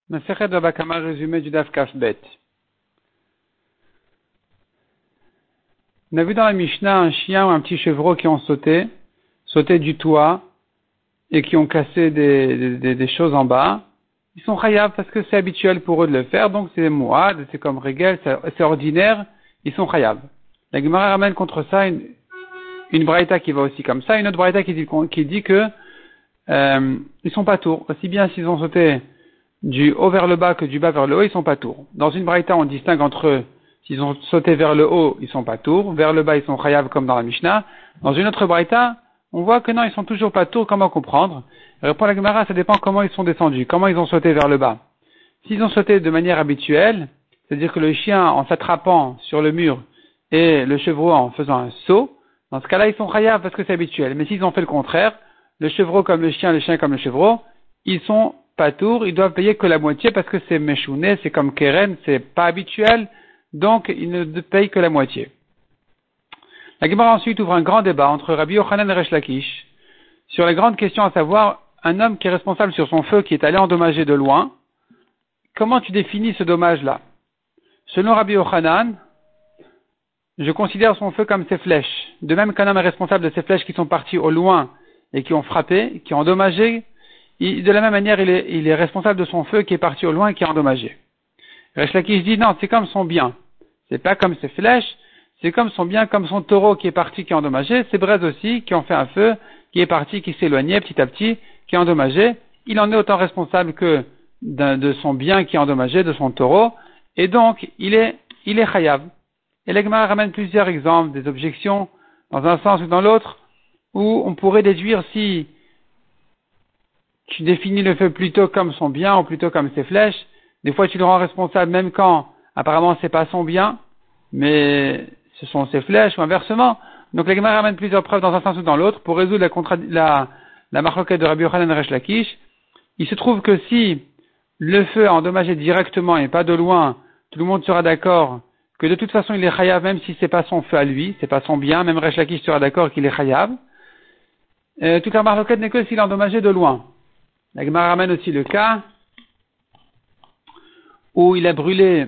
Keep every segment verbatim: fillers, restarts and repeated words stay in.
Masechet Baba Kama, résumé du Daf Kaf Bet. On a vu dans la Mishnah un chien ou un petit chevreau qui ont sauté, sauté du toit et qui ont cassé des, des, des choses en bas. Ils sont chayav parce que c'est habituel pour eux de le faire, donc c'est mouad, c'est comme régel, c'est ordinaire, ils sont chayav. La Gemara ramène contre ça une, une braïta qui va aussi comme ça, une autre braïta qui dit, qui dit que euh, ils sont pas tours. Aussi bien s'ils ont sauté du haut vers le bas que du bas vers le haut, ils sont pas tours. Dans une braïta, on distingue entre eux. S'ils ont sauté vers le haut, ils sont pas tours. Vers le bas, ils sont chayav comme dans la Mishnah. Dans une autre braïta, on voit que non, ils sont toujours pas tours. Comment comprendre? Répond la Gemara, ça dépend comment ils sont descendus, comment ils ont sauté vers le bas. S'ils ont sauté de manière habituelle, c'est-à-dire que le chien en s'attrapant sur le mur et le chevreau en faisant un saut, dans ce cas-là, ils sont chayav parce que c'est habituel. Mais s'ils ont fait le contraire, le chevreau comme le chien, le chien comme le chevreau, ils sont pas tours, ils doivent payer que la moitié parce que c'est meshouné, c'est comme keren, c'est pas habituel, donc ils ne payent que la moitié. La Gemara ensuite ouvre un grand débat entre Rabbi Yochanan et Resh Lakish sur la grande question à savoir, un homme qui est responsable sur son feu, qui est allé endommager de loin, comment tu définis ce dommage-là? Selon Rabbi Yochanan, je considère son feu comme ses flèches. De même qu'un homme est responsable de ses flèches qui sont parties au loin et qui ont frappé, qui ont endommagé, il, de la même manière, il est, il est responsable de son feu qui est parti au loin et qui a endommagé. Resh Lakish dit non, c'est comme son bien. C'est pas comme ses flèches, c'est comme son bien, comme son taureau qui est parti, qui a endommagé, ses braises aussi, qui ont fait un feu, qui est parti, qui s'éloignait petit à petit, qui a endommagé. Il en est autant responsable que de son bien qui est endommagé, de son taureau, et donc, il est, il est chayav. Et l'Egma ramène plusieurs exemples, des objections, dans un sens ou dans l'autre, où on pourrait déduire si tu définis le feu plutôt comme son bien ou plutôt comme ses flèches. Des fois, tu le rends responsable même quand, apparemment, c'est pas son bien, mais ce sont ses flèches ou inversement. Donc, la Gemara ramène plusieurs preuves dans un sens ou dans l'autre pour résoudre la, contra- la, la marloquette de Rabbi Yochanan et Resh Lakish. Il se trouve que si le feu a endommagé directement et pas de loin, tout le monde sera d'accord que de toute façon il est chayav même si c'est pas son feu à lui, c'est pas son bien, même Resh Lakish sera d'accord qu'il est chayav. Euh, toute la marloquette n'est que s'il a endommagé de loin. La Gemara ramène aussi le cas où il a brûlé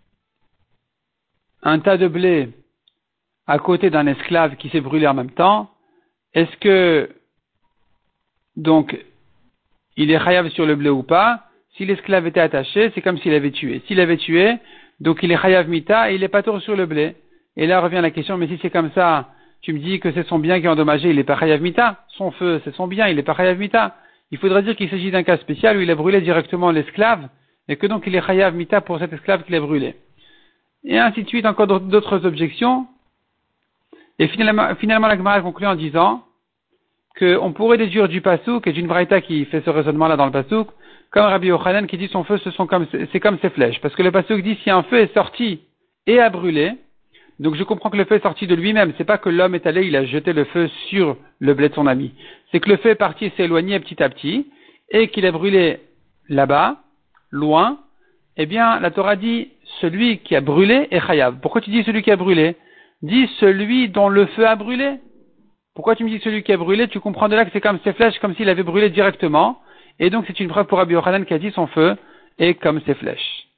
un tas de blé à côté d'un esclave qui s'est brûlé en même temps. Est-ce que, donc, il est chayav sur le blé ou pas? Si l'esclave était attaché, c'est comme s'il avait tué. S'il avait tué, donc il est chayav mita et il est pas tour sur le blé. Et là revient la question, mais si c'est comme ça, tu me dis que c'est son bien qui est endommagé, il est pas chayav mita. Son feu, c'est son bien, il est pas chayav mita. Il faudrait dire qu'il s'agit d'un cas spécial où il a brûlé directement l'esclave et que donc il est chayav mita pour cet esclave qu'il a brûlé. Et ainsi de suite, encore d'autres objections. Et finalement, finalement la Gemara conclut en disant qu'on pourrait déduire du pasouk et d'une braïta qui fait ce raisonnement-là dans le pasouk, comme Rabbi Yochanan qui dit son feu, ce sont comme, c'est comme ses flèches. Parce que le pasouk dit si un feu est sorti et a brûlé, donc je comprends que le feu est sorti de lui-même. C'est pas que l'homme est allé, il a jeté le feu sur le blé de son ami. C'est que le feu est parti et s'est éloigné petit à petit et qu'il a brûlé là-bas, loin. Eh bien, la Torah dit celui qui a brûlé est chayav. Pourquoi tu dis celui qui a brûlé? Dis celui dont le feu a brûlé. Pourquoi tu me dis celui qui a brûlé? Tu comprends de là que c'est comme ses flèches, comme s'il avait brûlé directement. Et donc c'est une preuve pour Rabbi Yochanan qui a dit son feu est comme ses flèches.